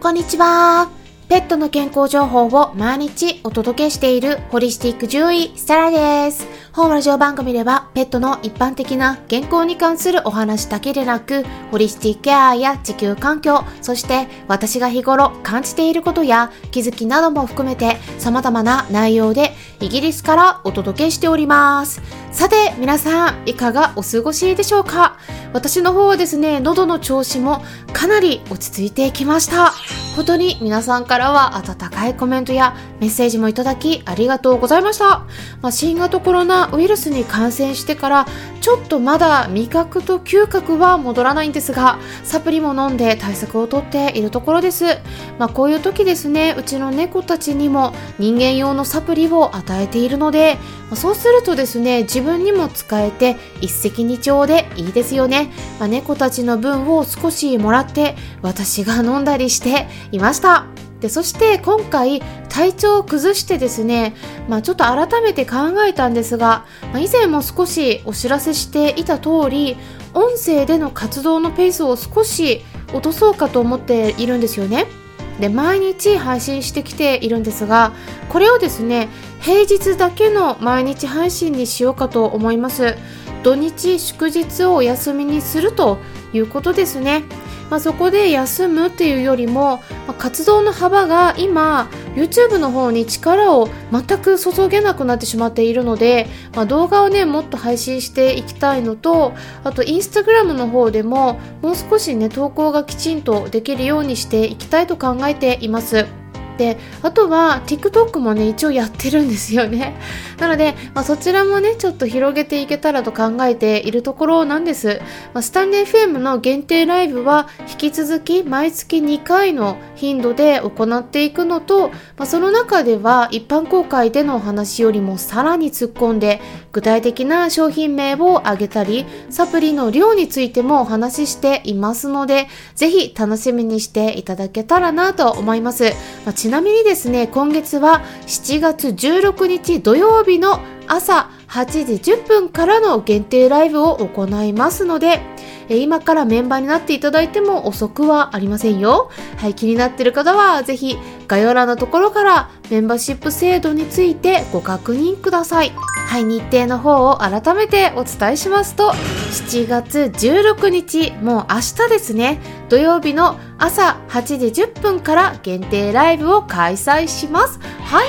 こんにちは。ペットの健康情報を毎日お届けしているホリスティック獣医ステラです。本ラジオ番組ではペットの一般的な健康に関するお話だけでなく、ホリスティックケアや地球環境、そして私が日頃感じていることや気づきなども含めて様々な内容でイギリスからお届けしております。さて皆さんいかがお過ごしでしょうか。私の方はですね、喉の調子もかなり落ち着いてきました。本当に皆さんからは温かいコメントやメッセージもいただきありがとうございました。新型コロナウイルスに感染してからちょっとまだ味覚と嗅覚は戻らないんですが、サプリも飲んで対策をとっているところです。こういう時ですね、うちの猫たちにも人間用のサプリを与えているので、そうするとですね、自分にも使えて一石二鳥でいいですよね。猫たちの分を少しもらって私が飲んだりしていました。で、そして今回体調を崩してですね、ちょっと改めて考えたんですが、以前も少しお知らせしていた通り、音声での活動のペースを少し落とそうかと思っているんですよね。で、毎日配信してきているんですが、これをですね、平日だけの毎日配信にしようかと思います。土日祝日をお休みにするということですね。そこで休むっていうよりも、活動の幅が今 YouTube の方に力を全く注げなくなってしまっているので、動画をねもっと配信していきたいのと、あと Instagram の方でももう少しね投稿がきちんとできるようにしていきたいと考えています。で、あとは TikTok もね一応やってるんですよね。なので、そちらもねちょっと広げていけたらと考えているところなんです。スタンレー FM の限定ライブは引き続き毎月2回の頻度で行っていくのと、その中では一般公開でのお話よりもさらに突っ込んで具体的な商品名を挙げたり、サプリの量についてもお話ししていますので、ぜひ楽しみにしていただけたらなと思います。ちなみにですね、今月は7月16日土曜日の朝8時10分からの限定ライブを行いますので、今からメンバーになっていただいても遅くはありませんよ。はい、気になっている方はぜひ概要欄のところからメンバーシップ制度についてご確認ください。はい、日程の方を改めてお伝えしますと、7月16日、もう明日ですね、土曜日の朝8時10分から限定ライブを開催します。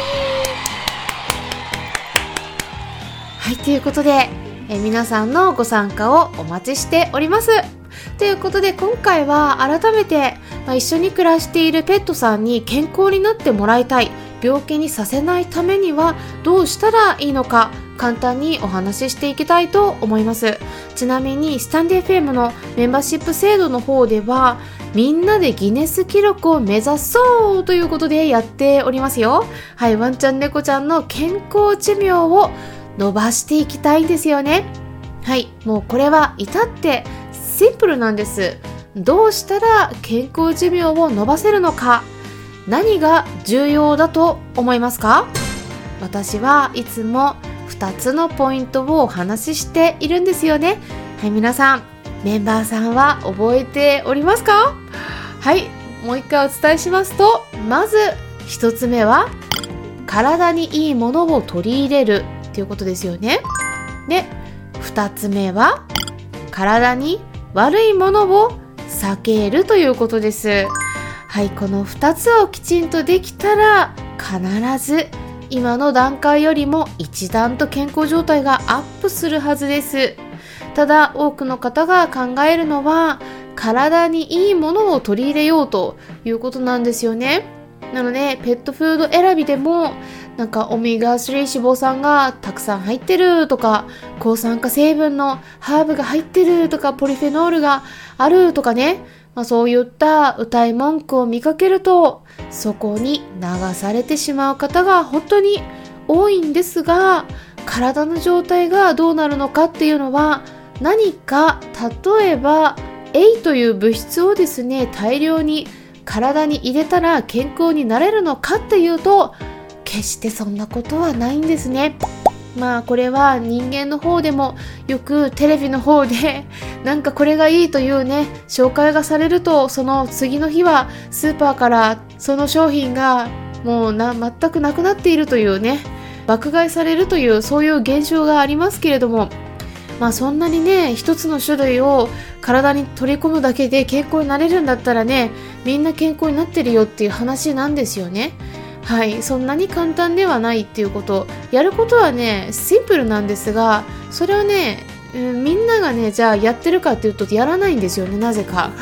はい、ということで皆さんのご参加をお待ちしております。ということで今回は改めて、一緒に暮らしているペットさんに健康になってもらいたい、病気にさせないためにはどうしたらいいのか、簡単にお話ししていきたいと思います。ちなみにスタンデー FM のメンバーシップ制度の方では、みんなでギネス記録を目指そうということでやっておりますよ。はい、ワンちゃん猫ちゃんの健康寿命を伸ばしていきたいんですよね。はい、もうこれは至ってシンプルなんです。どうしたら健康寿命を伸ばせるのか、何が重要だと思いますか？私はいつも2つのポイントをお話ししているんですよね。はい、皆さんメンバーさんは覚えておりますか？はい、もう一回お伝えしますと、まず1つ目は体にいいものを取り入れるということですよね。で、2つ目は体に悪いものを避けるということです。はい、この2つをきちんとできたら必ず今の段階よりも一段と健康状態がアップするはずです。ただ多くの方が考えるのは体にいいものを取り入れようということなんですよね。なのでペットフード選びでもオメガ3脂肪酸がたくさん入ってるとか、抗酸化成分のハーブが入ってるとか、ポリフェノールがあるとかね、そういった謳い文句を見かけるとそこに流されてしまう方が本当に多いんですが、体の状態がどうなるのかっていうのは、何か例えば A という物質をですね大量に体に入れたら健康になれるのかっていうと、決してそんなことはないんですね。 これは人間の方でもよくテレビの方でなんかこれがいいというね紹介がされると、その次の日はスーパーからその商品がもう全くなくなっているというね、爆買いされるというそういう現象がありますけれども、そんなにね一つの種類を体に取り込むだけで健康になれるんだったらね、みんな健康になってるよっていう話なんですよね。はい、そんなに簡単ではないっていうこと、やることはねシンプルなんですが、それはね、みんながねじゃあやってるかっていうとやらないんですよね、なぜか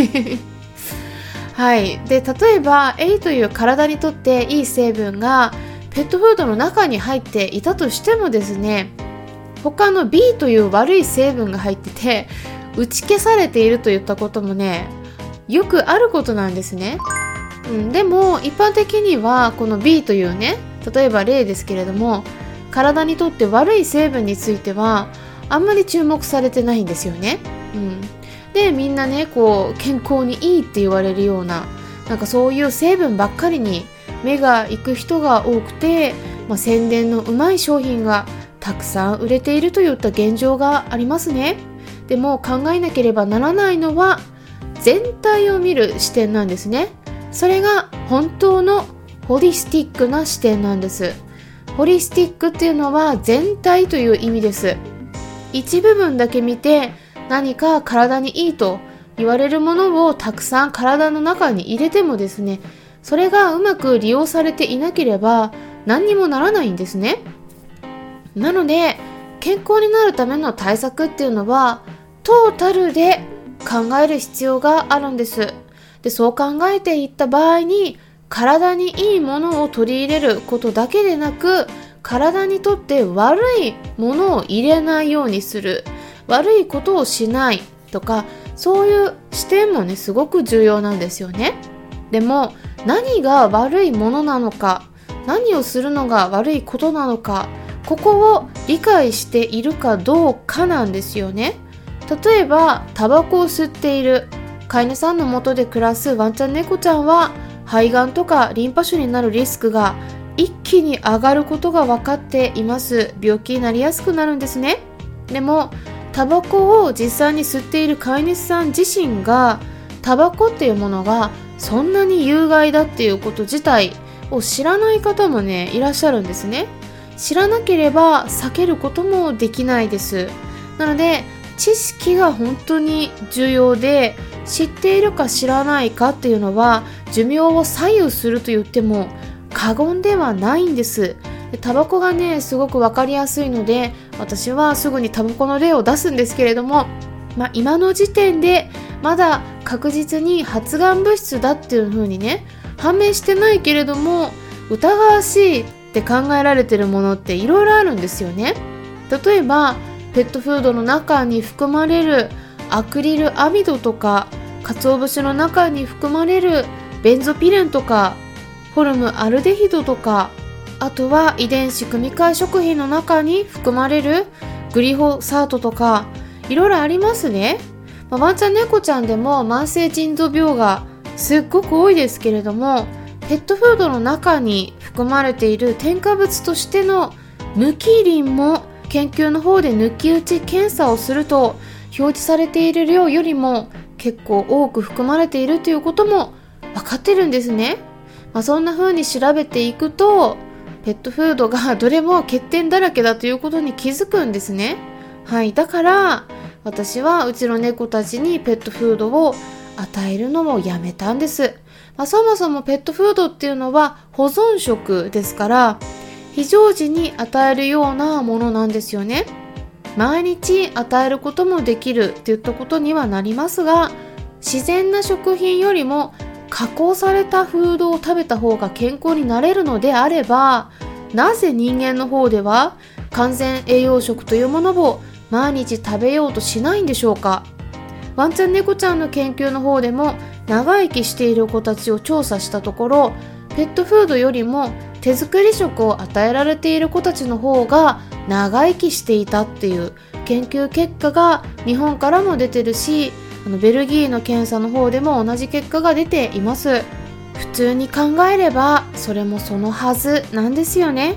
はい、で例えば A という体にとっていい成分がペットフードの中に入っていたとしてもですね、他の B という悪い成分が入ってて打ち消されているといったこともねよくあることなんですね。でも一般的にはこの B というね、例えば例ですけれども、体にとって悪い成分についてはあんまり注目されてないんですよね。でみんなねこう健康にいいって言われるような、なんかそういう成分ばっかりに目が行く人が多くて、宣伝のうまい商品がたくさん売れているといった現状がありますね。でも考えなければならないのは全体を見る視点なんですね。それが本当のホリスティックな視点なんです。ホリスティックっていうのは全体という意味です。一部分だけ見て何か体にいいと言われるものをたくさん体の中に入れてもですね、それがうまく利用されていなければ何にもならないんですね。なので健康になるための対策っていうのはトータルで考える必要があるんです。でそう考えていった場合に、体にいいものを取り入れることだけでなく、体にとって悪いものを入れないようにする、悪いことをしないとか、そういう視点もねすごく重要なんですよね。でも何が悪いものなのか、何をするのが悪いことなのか、ここを理解しているかどうかなんですよね。例えばタバコを吸っている飼い主さんの元で暮らすワンちゃん猫ちゃんは、肺がんとかリンパ腫になるリスクが一気に上がることが分かっています。病気になりやすくなるんですね。でもタバコを実際に吸っている飼い主さん自身がタバコっていうものがそんなに有害だっていうこと自体を知らない方もねいらっしゃるんですね。知らなければ避けることもできないです。なので知識が本当に重要で、知っているか知らないかっていうのは寿命を左右すると言っても過言ではないんです。タバコがねすごくわかりやすいので、私はすぐにタバコの例を出すんですけれども、今の時点でまだ確実に発がん物質だっていう風にね判明してないけれども、疑わしいって考えられてるものっていろいろあるんですよね。例えばペットフードの中に含まれるアクリルアミドとか、鰹節の中に含まれるベンゾピレンとか、ホルムアルデヒドとか、あとは遺伝子組み換え食品の中に含まれるグリホサートとか、いろいろありますね。ワンちゃん猫ちゃんでも慢性腎臓病がすっごく多いですけれども、ペットフードの中に含まれている添加物としての無機リンも研究の方で抜き打ち検査をすると、表示されている量よりも結構多く含まれているということも分かってるんですね。そんな風に調べていくと、ペットフードがどれも欠点だらけだということに気づくんですね。はい、だから私はうちの猫たちにペットフードを与えるのもやめたんです。そもそもペットフードっていうのは保存食ですから、非常時に与えるようなものなんですよね。毎日与えることもできるっていったことにはなりますが、自然な食品よりも加工されたフードを食べた方が健康になれるのであれば、なぜ人間の方では完全栄養食というものを毎日食べようとしないんでしょうか。ワンちゃん猫ちゃんの研究の方でも長生きしている子たちを調査したところ、ペットフードよりも手作り食を与えられている子たちの方が長生きしていたっていう研究結果が日本からも出てるし、ベルギーの検査の方でも同じ結果が出ています。普通に考えればそれもそのはずなんですよね。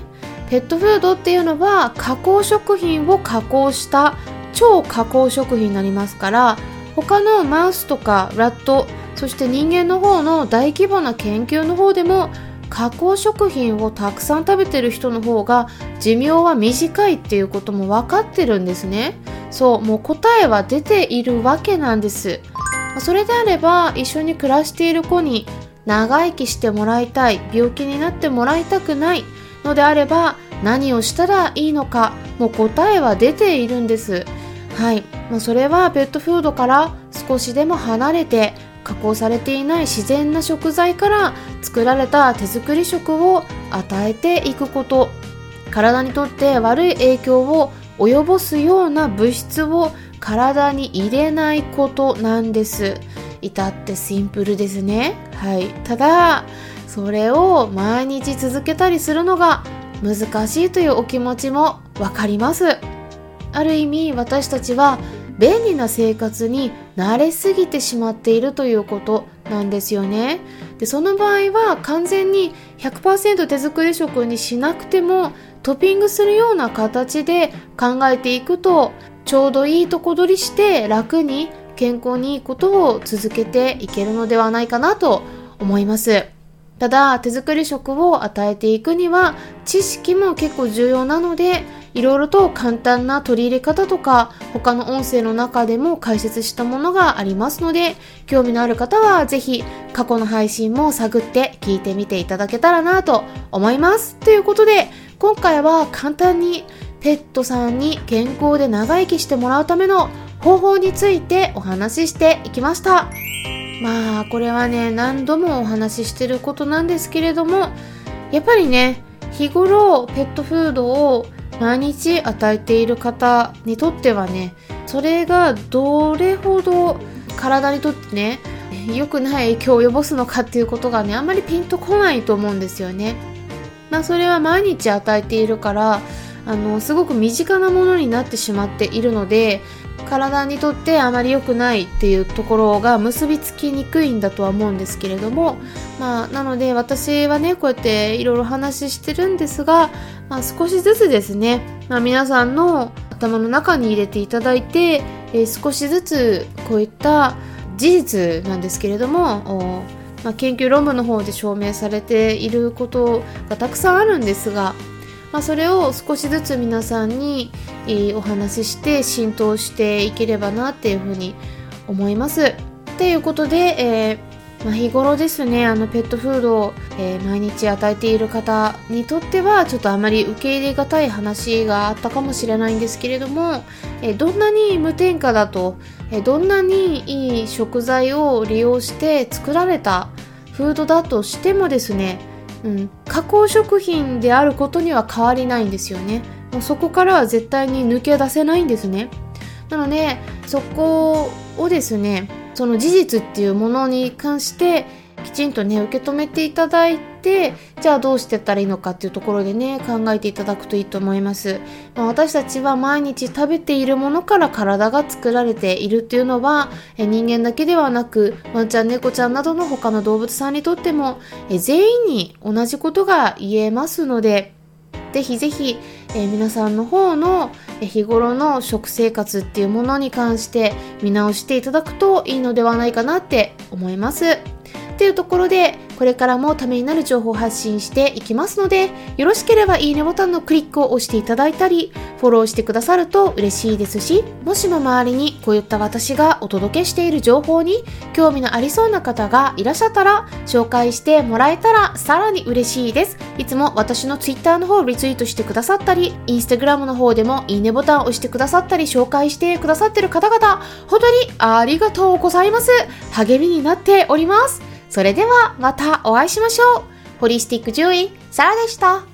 ペットフードっていうのは加工食品を加工した超加工食品になりますから、他のマウスとかラット、そして人間の方の大規模な研究の方でも加工食品をたくさん食べてる人の方が寿命は短いっていうことも分かってるんですね。そう、もう答えは出ているわけなんです。それであれば一緒に暮らしている子に長生きしてもらいたい、病気になってもらいたくないのであれば何をしたらいいのか、もう答えは出ているんです。はい、それはペットフードから少しでも離れて加工されていない自然な食材から作られた手作り食を与えていくこと、体にとって悪い影響を及ぼすような物質を体に入れないことなんです。至ってシンプルですね。はい。ただそれを毎日続けたりするのが難しいというお気持ちもわかります。ある意味私たちは便利な生活に慣れすぎてしまっているということなんですよね。で、その場合は完全に 100% 手作り食にしなくてもトッピングするような形で考えていくとちょうどいいとこ取りして楽に健康にいいことを続けていけるのではないかなと思います。ただ手作り食を与えていくには知識も結構重要なので、いろいろと簡単な取り入れ方とか他の音声の中でも解説したものがありますので、興味のある方はぜひ過去の配信も探って聞いてみていただけたらなと思います。ということで今回は簡単にペットさんに健康で長生きしてもらうための方法についてお話ししていきました。これはね、何度もお話ししてることなんですけれども、やっぱりね、日頃ペットフードを毎日与えている方にとってはね、それがどれほど体にとってね、良くない影響を及ぼすのかっていうことがね、あんまりピンとこないと思うんですよね。それは毎日与えているからすごく身近なものになってしまっているので、体にとってあまり良くないっていうところが結びつきにくいんだとは思うんですけれども、なので私はね、こうやっていろいろ話してるんですが、少しずつですね、皆さんの頭の中に入れていただいて、少しずつこういった事実なんですけれども、研究論文の方で証明されていることがたくさんあるんですが、それを少しずつ皆さんにお話しして浸透していければなっていうふうに思います。ということで、日頃ですね、ペットフードを、毎日与えている方にとってはちょっとあまり受け入れがたい話があったかもしれないんですけれども、どんなに無添加だと、どんなにいい食材を利用して作られたフードだとしてもですね、加工食品であることには変わりないんですよね。もうそこからは絶対に抜け出せないんですね。なのでそこをですね、その事実っていうものに関してきちんとね受け止めていただいて、じゃあどうしていったらいいのかっていうところでね考えていただくといいと思います。私たちは毎日食べているものから体が作られているっていうのは人間だけではなくワンちゃん猫ちゃんなどの他の動物さんにとっても全員に同じことが言えますので、ぜひぜひ皆さんの方の日頃の食生活っていうものに関して見直していただくといいのではないかなって思います。というところでこれからもためになる情報を発信していきますので、よろしければいいねボタンのクリックを押していただいたりフォローしてくださると嬉しいですし、もしも周りにこういった私がお届けしている情報に興味のありそうな方がいらっしゃったら紹介してもらえたらさらに嬉しいです。いつも私のツイッターの方をリツイートしてくださったり、インスタグラムの方でもいいねボタンを押してくださったり紹介してくださっている方々、本当にありがとうございます。励みになっております。それではまたお会いしましょう。ホリスティック獣医サラでした。